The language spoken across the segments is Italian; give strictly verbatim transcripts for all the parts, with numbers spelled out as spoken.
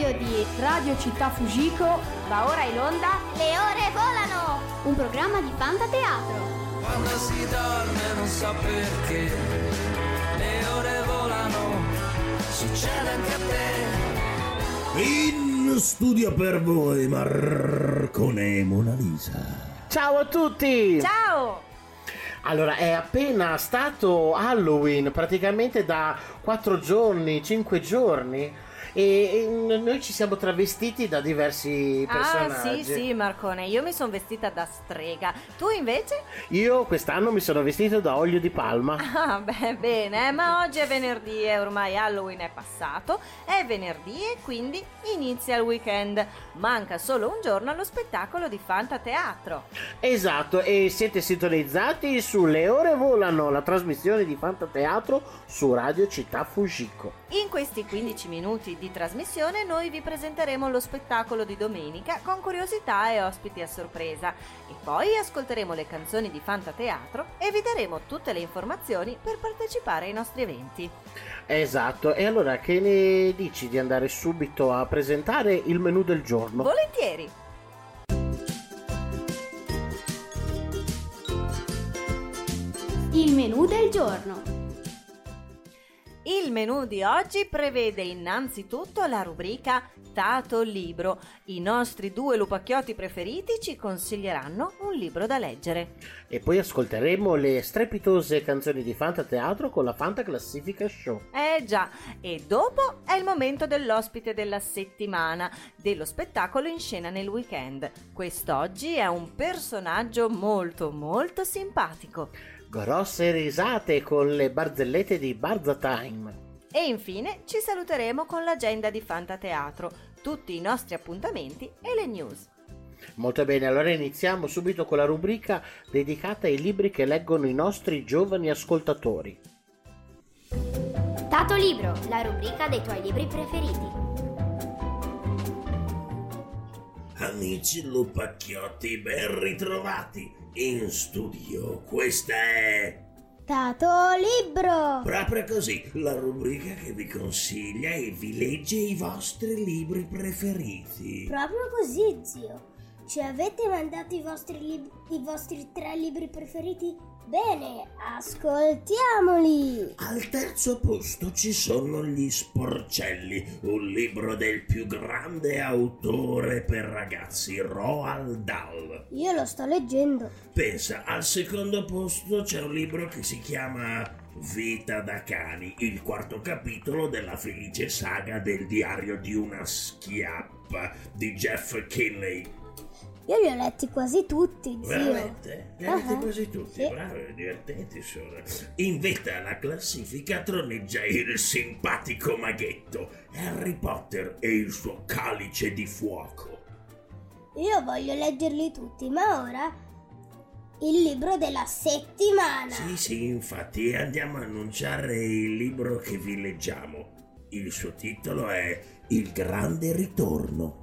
radio di Radio Città Fujiko va ora in onda Le ore volano, un programma di fantateatro. Quando si dorme non so perché, le ore volano, succede anche a te. In studio per voi Marcone e Mona Lisa. Ciao a tutti! Ciao! Allora, è appena stato Halloween, praticamente da quattro giorni, cinque giorni, e noi ci siamo travestiti da diversi personaggi. Ah, sì, sì, Marcone, io mi sono vestita da strega. Tu invece? Io quest'anno mi sono vestito da olio di palma. Ah, beh, bene, ma oggi è venerdì e ormai Halloween è passato. È venerdì e quindi inizia il weekend. Manca solo un giorno allo spettacolo di Fantateatro. Esatto, e siete sintonizzati su Le ore volano, la trasmissione di Fantateatro su Radio Città Fujiko. In questi quindici minuti di trasmissione noi vi presenteremo lo spettacolo di domenica con curiosità e ospiti a sorpresa e poi ascolteremo le canzoni di Fantateatro e vi daremo tutte le informazioni per partecipare ai nostri eventi. Esatto, e allora che ne dici di andare subito a presentare il menù del giorno? Volentieri! Il menù del giorno. Il menù di oggi prevede innanzitutto la rubrica Tato Libro. I nostri due lupacchiotti preferiti ci consiglieranno un libro da leggere. E poi ascolteremo le strepitose canzoni di Fantateatro con la Fanta Classifica Show. Eh già, e dopo è il momento dell'ospite della settimana, dello spettacolo in scena nel weekend. Quest'oggi è un personaggio molto molto simpatico. Grosse risate con le barzellette di Barza Time. E infine ci saluteremo con l'agenda di Fantateatro, tutti i nostri appuntamenti e le news. Molto bene, allora iniziamo subito con la rubrica dedicata ai libri che leggono i nostri giovani ascoltatori. Tato Libro, la rubrica dei tuoi libri preferiti. Amici lupacchiotti, ben ritrovati in studio. Questa è Tato Libro! proprio così, la rubrica che vi consiglia e vi legge i vostri libri preferiti. Proprio così, zio. Ci avete mandato i vostri, lib- i vostri tre libri preferiti? Bene, ascoltiamoli! Al terzo posto ci sono Gli Sporcelli, un libro del più grande autore per ragazzi, Roald Dahl. Io lo sto leggendo. Pensa, al secondo posto c'è un libro che si chiama Vita da cani, il quarto capitolo della felice saga del diario di una schiappa di Jeff Kinney. Io li ho letti quasi tutti, zio. Veramente? Li hai letti Uh-huh. quasi tutti? Sì. Bravi, divertenti sono. In vetta alla classifica troneggia il simpatico maghetto Harry Potter e il suo calice di fuoco. Io voglio leggerli tutti, ma ora il libro della settimana. Sì, sì, infatti andiamo a annunciare il libro che vi leggiamo. Il suo titolo è Il grande ritorno.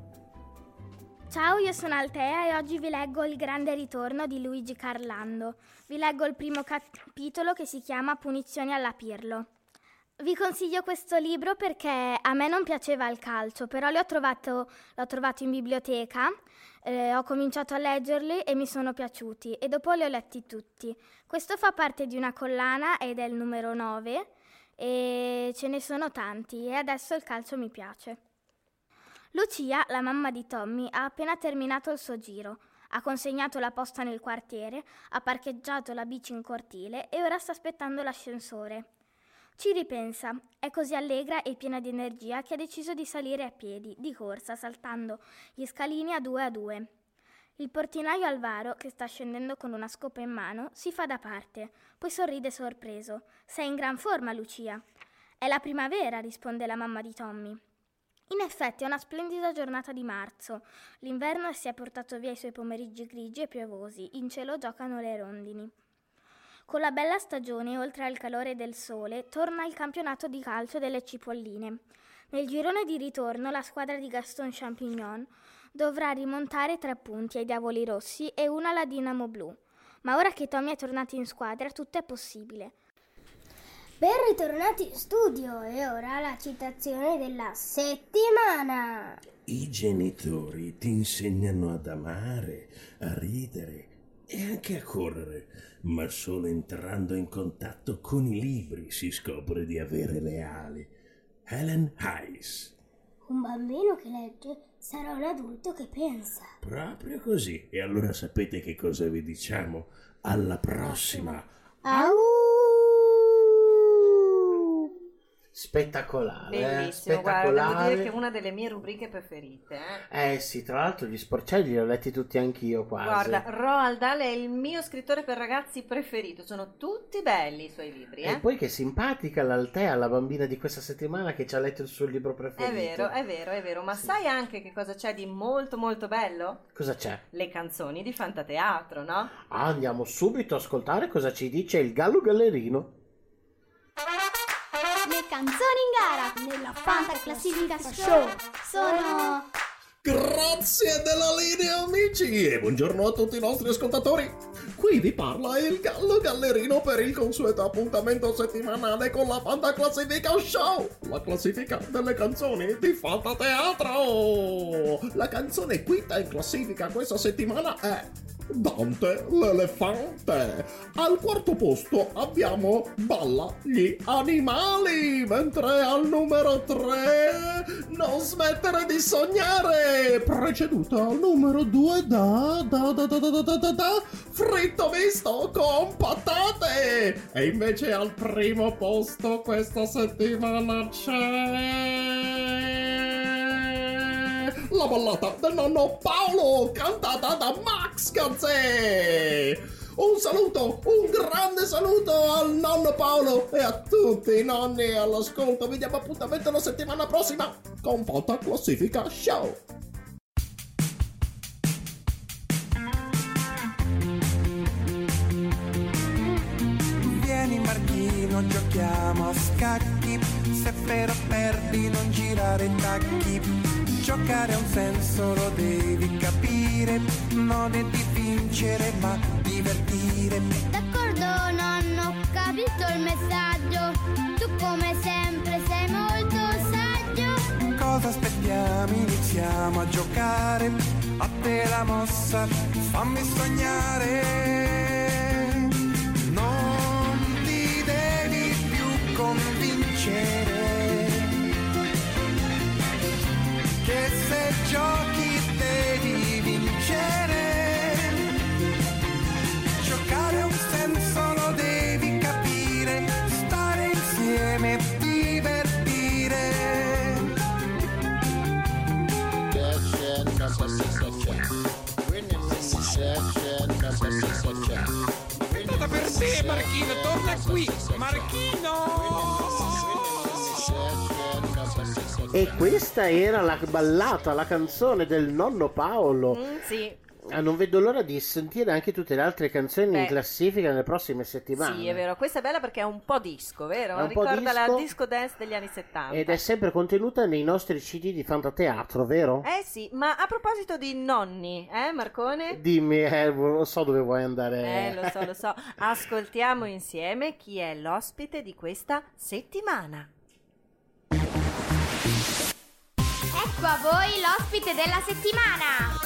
Ciao, io sono Altea e oggi vi leggo Il grande ritorno di Luigi Carlando. Vi leggo il primo capitolo che si chiama Punizioni alla Pirlo. Vi consiglio questo libro perché a me non piaceva il calcio, però l'ho trovato, l'ho trovato in biblioteca, eh, ho cominciato a leggerli e mi sono piaciuti e dopo li ho letti tutti. Questo fa parte di una collana ed è il numero nove e ce ne sono tanti e adesso il calcio mi piace. Lucia, la mamma di Tommy, ha appena terminato il suo giro. Ha consegnato la posta nel quartiere, ha parcheggiato la bici in cortile e ora sta aspettando l'ascensore. Ci ripensa, è così allegra e piena di energia che ha deciso di salire a piedi, di corsa, saltando gli scalini a due a due. Il portinaio Alvaro, che sta scendendo con una scopa in mano, si fa da parte, poi sorride sorpreso. «Sei in gran forma, Lucia!» «È la primavera», risponde la mamma di Tommy. In effetti è una splendida giornata di marzo. L'inverno si è portato via i suoi pomeriggi grigi e piovosi, in cielo giocano le rondini. Con la bella stagione, oltre al calore del sole, torna il campionato di calcio delle Cipolline. Nel girone di ritorno la squadra di Gaston Champignon dovrà rimontare tre punti ai Diavoli Rossi e una alla Dinamo Blu. Ma ora che Tommy è tornato in squadra tutto è possibile. Ben ritornati in studio e ora la citazione della settimana. I genitori ti insegnano ad amare, a ridere e anche a correre, ma solo entrando in contatto con i libri si scopre di avere le ali. Helen Hayes. Un bambino che legge sarà un adulto che pensa. Proprio così. E allora sapete che cosa vi diciamo? Alla prossima. Au! Spettacolare, Bellissimo, eh? Spettacolare. guarda, devo dire che è una delle mie rubriche preferite. Eh, Eh sì, tra l'altro gli sporcelli li ho letti tutti anch'io quasi. Guarda, Roald Dahl è il mio scrittore per ragazzi preferito, sono tutti belli i suoi libri. Eh? E poi che simpatica l'Altea, la bambina di questa settimana che ci ha letto il suo libro È preferito. vero, è vero, è vero, ma Sì. sai anche che cosa c'è di molto molto bello? Cosa c'è? Le canzoni di Fantateatro, no? Ah, andiamo subito a ascoltare cosa ci dice il Gallo Gallerino. Le canzoni in gara nella Fanta Classifica Show sono... Grazie della linea, amici, e buongiorno a tutti i nostri ascoltatori. Qui vi parla il Gallo Gallerino per il consueto appuntamento settimanale con la Fanta Classifica Show, la classifica delle canzoni di Fantateatro. La canzone quinta in classifica questa settimana è Dante l'elefante. Al quarto posto abbiamo Balla gli animali, mentre al numero tre Non smettere di sognare, preceduta al numero due da da da da da da da da Fritto misto con patate. E invece al primo posto questa settimana c'è la ballata del nonno Paolo, cantata da Max Gazzè. Un saluto, un grande saluto al nonno Paolo e a tutti i nonni all'ascolto. Vi diamo appuntamento la settimana prossima con Fanta Classifica Show. Vieni Marchino, giochiamo a scacchi, se però perdi non girare i tacchi. Giocare ha un senso, lo devi capire, non è di vincere ma divertire. D'accordo nonno, ho capito il messaggio. Tu come sempre sei molto saggio. Cosa aspettiamo? Iniziamo a giocare. A te la mossa, fammi sognare. Non ti devi più convincere che se giochi devi vincere. Giocare ha un senso, lo devi capire. Stare insieme, divertire. È stata per te, Marchino, torna qui, Marchino! E questa era la ballata, la canzone del nonno Paolo. Mm, sì. Ah, non vedo l'ora di sentire anche tutte le altre canzoni Beh, in classifica nelle prossime settimane. Sì, è vero, questa è bella perché è un po' disco, vero? È un po' Ricorda disco. la disco dance degli anni settanta. Ed è sempre contenuta nei nostri C D di Fantateatro, vero? Eh sì, ma a proposito di nonni, eh Marcone? Dimmi, eh, lo so dove vuoi andare. Eh, lo so, lo so. Ascoltiamo insieme chi è l'ospite di questa settimana. Ecco a voi l'ospite della settimana.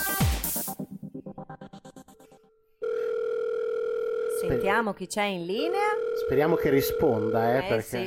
Sentiamo chi c'è in linea. Speriamo che risponda, eh, Eh, perché... sì.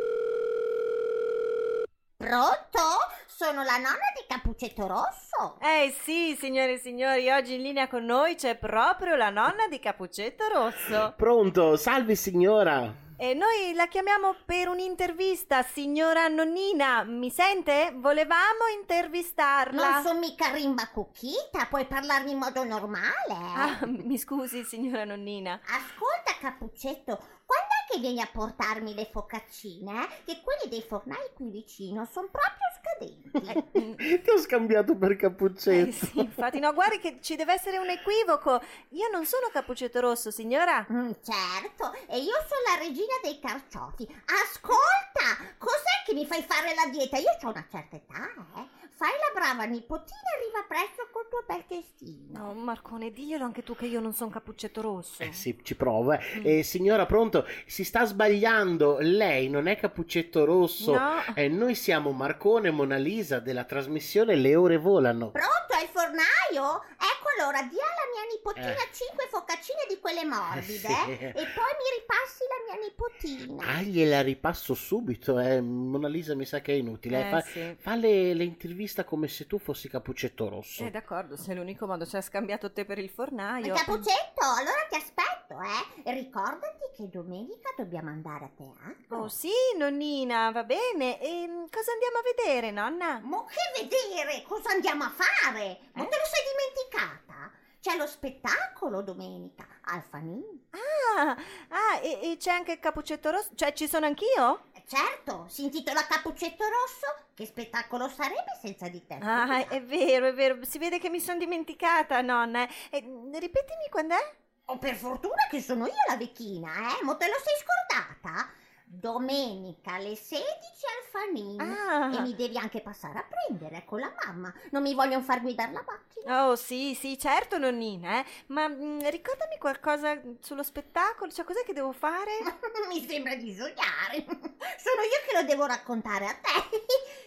Pronto? Sono la nonna di Cappuccetto Rosso. Eh sì, signore e signori, oggi in linea con noi c'è proprio la nonna di Cappuccetto Rosso. Pronto, salve signora. E noi la chiamiamo per un'intervista, signora nonnina, mi sente? Volevamo intervistarla. Non sono mica Rimba Cucchita, puoi parlarmi in modo normale. Ah, mi scusi, signora nonnina. Ascolta Cappuccetto, quando è che vieni a portarmi le focaccine? Eh? Che quelli dei fornai qui vicino sono proprio scadenti. Ti ho scambiato per Cappuccetto. Eh sì, infatti, no, guardi che ci deve essere un equivoco. Io non sono Cappuccetto Rosso, signora. Mm, certo, e io sono la regina dei carciofi. Ascolta, cos'è che mi fai fare la dieta? Io ho una certa età, eh. fai la brava nipotina e arriva presto col tuo bel testino. No, Marcone, diglielo anche tu che io non sono Cappuccetto Rosso. Eh sì, ci provo, eh. Mm. Eh, signora, pronto? Si sta sbagliando. Lei non è Cappuccetto Rosso. No. Eh, noi siamo Marcone e Mona Lisa della trasmissione Le Ore Volano. Pronto, è il fornaio? Ecco, allora, dia alla mia nipotina Eh. cinque focaccine di quelle morbide, Eh, sì. e poi mi ripassi la mia nipotina. Ah, gliela ripasso subito, eh. Mona Lisa mi sa che è inutile. Eh, fa sì. fa le, le interviste come se tu fossi Cappuccetto Rosso. Eh, d'accordo, se è l'unico modo, cioè ha scambiato te per il fornaio. Cappuccetto, allora ti aspetto, eh. E ricordati che domenica dobbiamo andare a teatro. Oh sì, nonnina, va bene. E mm, cosa andiamo a vedere, nonna? Ma che vedere? Cosa andiamo a fare? Ma te lo sei dimenticata? C'è lo spettacolo domenica al Fanini. Ah, ah e, e c'è anche il Cappuccetto Rosso? Cioè ci sono anch'io? Eh, certo, si intitola Cappuccetto Rosso. Che spettacolo sarebbe senza di te? Ah, è vero, è vero. Si vede che mi sono dimenticata, nonna. E, ripetimi quando è? Oh, per fortuna che sono io la vecchina, eh? Ma te lo sei scordata? Domenica alle sedici al Fanini. Ah. E mi devi anche passare a prendere con la mamma. Non mi vogliono far guidare la macchina. Oh sì, sì, certo, nonnina, eh. Ma mh, ricordami qualcosa sullo spettacolo, cioè cos'è che devo fare? Mi sembra di sognare. Sono io che lo devo raccontare a te.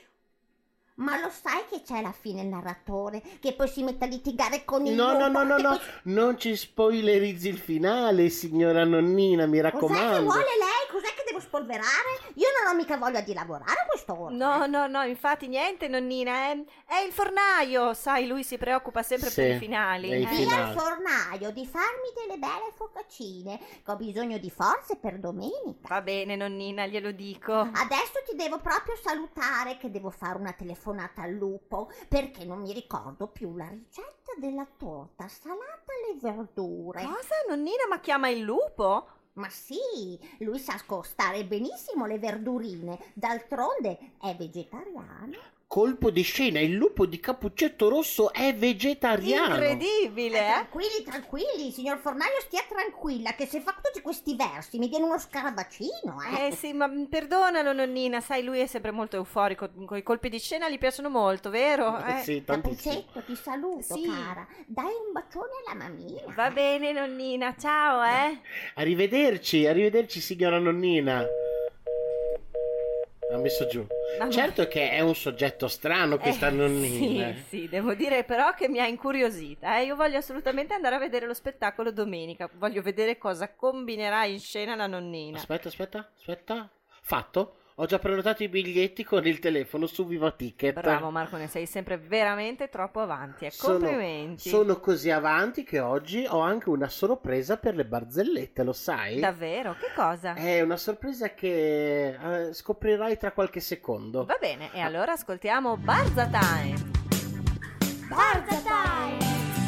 Ma lo sai che c'è alla fine il narratore che poi si mette a litigare con il No, no, lupo, no, no, che no, poi- non ci spoilerizzi il finale, signora nonnina, mi Cos'è che raccomando. vuole lei? Cos'è che devo spolverare? Io non ho mica voglia di lavorare a quest'ora. No, no, no, infatti niente, nonnina, è, è il fornaio, sai, lui si preoccupa sempre Sì, per i finali. è i eh. finali. Via al fornaio di farmi delle belle focaccine, che ho bisogno di forze per domenica. Va bene, nonnina, glielo dico. Adesso ti devo proprio salutare, che devo fare una telefonata al lupo, perché non mi ricordo più la ricetta della torta salata alle verdure. Cosa, nonnina, ma chiama il lupo? Ma sì, lui sa scostare benissimo le verdurine, d'altronde è vegetariano. Colpo di scena, il lupo di Cappuccetto Rosso è vegetariano. Incredibile, Eh, eh? tranquilli, tranquilli, signor fornaio, stia tranquilla, che se fa tutti questi versi mi viene uno scarabacino, eh. Eh sì, ma mm, perdonalo, nonnina, sai, lui è sempre molto euforico, coi colpi di scena gli piacciono molto, vero? Eh? Sì, tantissimo. Cappuccetto, ti saluto, Sì. cara. Dai un bacione alla mammina. Va bene, nonnina, ciao, eh? Arrivederci, arrivederci, signora nonnina. Ha messo giù. Mamma- Certo che è un soggetto strano questa Eh, nonnina. Sì, sì, devo dire però che mi ha incuriosita. Eh? Io voglio assolutamente andare a vedere lo spettacolo domenica. Voglio vedere cosa combinerà in scena la nonnina. Aspetta, aspetta, aspetta. Fatto? Ho già prenotato i biglietti con il telefono su Viva Ticket. Bravo Marco, ne sei sempre veramente troppo avanti. Eh. Sono- Complimenti. Sono così avanti che oggi ho anche una sorpresa per le barzellette, lo sai? Davvero? Che cosa? È una sorpresa che eh, scoprirai tra qualche secondo. Va bene, e allora ascoltiamo Barza Time. Barza Time!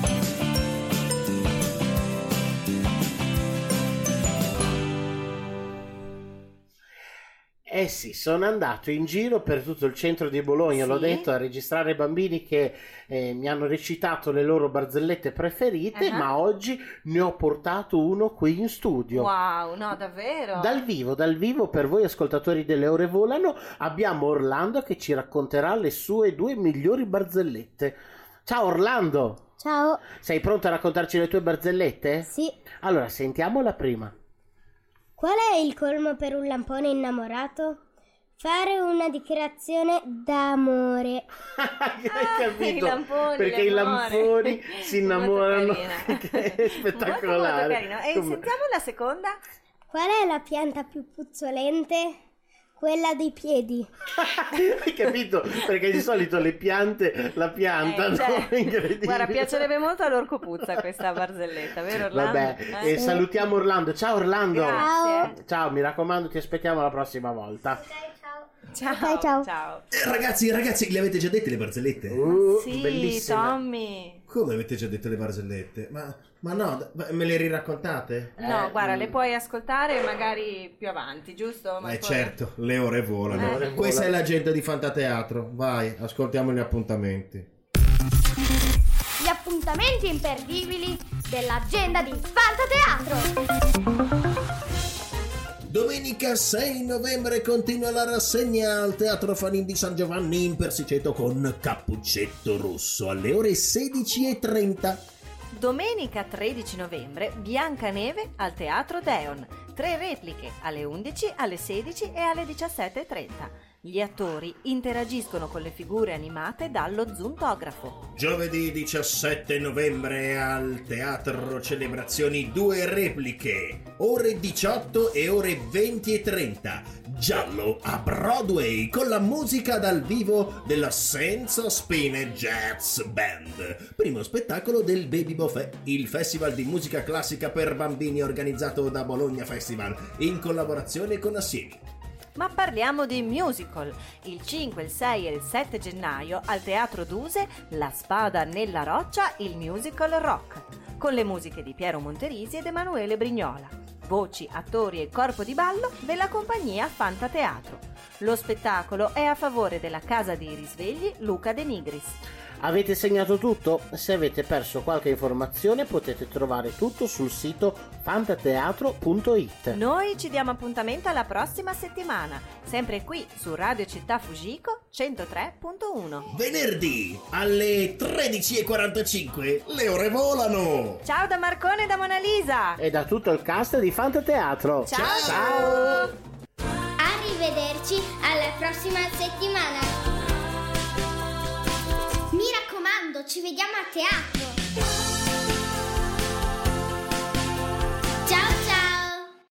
Eh sì, sono andato in giro per tutto il centro di Bologna, Sì? l'ho detto, a registrare bambini che eh, mi hanno recitato le loro barzellette preferite, Ah. ma oggi ne ho portato uno qui in studio. Wow, no, davvero? Dal vivo, dal vivo per voi ascoltatori delle Ore Volano abbiamo Orlando che ci racconterà le sue due migliori barzellette. Ciao Orlando, Ciao. sei pronto a raccontarci le tue barzellette? Sì. Allora, sentiamo la prima. Qual è il colmo per un lampone innamorato? Fare una dichiarazione d'amore. Hai capito? i lamponi, Perché i l'amore. lamponi si innamorano. Molto carina. Che è spettacolare. Molto, molto carino. E Come- sentiamo la seconda? Qual è la pianta più puzzolente? Quella dei piedi. Hai capito? Perché di solito le piante la piantano. Eh, cioè, Incredibile. guarda, piacerebbe molto all'orco puzza questa barzelletta, vero Orlando? Vabbè, Eh? e salutiamo Orlando. Ciao Orlando. Grazie. Ciao, mi raccomando, ti aspettiamo la prossima volta. Ciao, Ok, ciao. ciao. Eh, ragazzi, ragazzi, le avete già dette le barzellette? Uh, Sì, bellissime. Tommy. Come avete già detto le barzellette? Ma, ma no, d- ma me le riraccontate? No, Eh, guarda, mm. le puoi ascoltare magari più avanti, giusto? Eh Marco? certo, le ore volano. Le ore Questa volano. è l'agenda di Fantateatro. Vai, ascoltiamo gli appuntamenti. Gli appuntamenti imperdibili dell'agenda di Fantateatro. Domenica sei novembre continua la rassegna al Teatro Fanin di San Giovanni in Persiceto con Cappuccetto Rosso alle ore sedici e trenta. Domenica tredici novembre Biancaneve al Teatro Deon. Tre repliche alle undici, alle sedici e alle diciassette e trenta. Gli attori interagiscono con le figure animate dallo Zuntografo. Giovedì diciassette novembre al Teatro Celebrazioni due repliche, ore diciotto e ore venti e trenta. Giallo a Broadway con la musica dal vivo della Senza Spine Jazz Band. Primo spettacolo del Baby Buffet, il festival di musica classica per bambini organizzato da Bologna Festival in collaborazione con Assiemi. Ma parliamo di musical. Il cinque, il sei e il sette gennaio al Teatro Duse La Spada nella Roccia, il musical rock, con le musiche di Piero Monterisi ed Emanuele Brignola. Voci, attori e corpo di ballo della compagnia Fantateatro. Lo spettacolo è a favore della casa dei risvegli Luca De Nigris. Avete segnato tutto? Se avete perso qualche informazione potete trovare tutto sul sito fantateatro punto it. Noi ci diamo appuntamento alla prossima settimana, sempre qui su Radio Città Fugico centotré punto uno. Venerdì alle tredici e quarantacinque le ore volano. Ciao da Marcone e da Mona Lisa. E da tutto il cast di Fantateatro. Ciao. Ciao. Arrivederci alla prossima settimana. Mi raccomando, ci vediamo a teatro!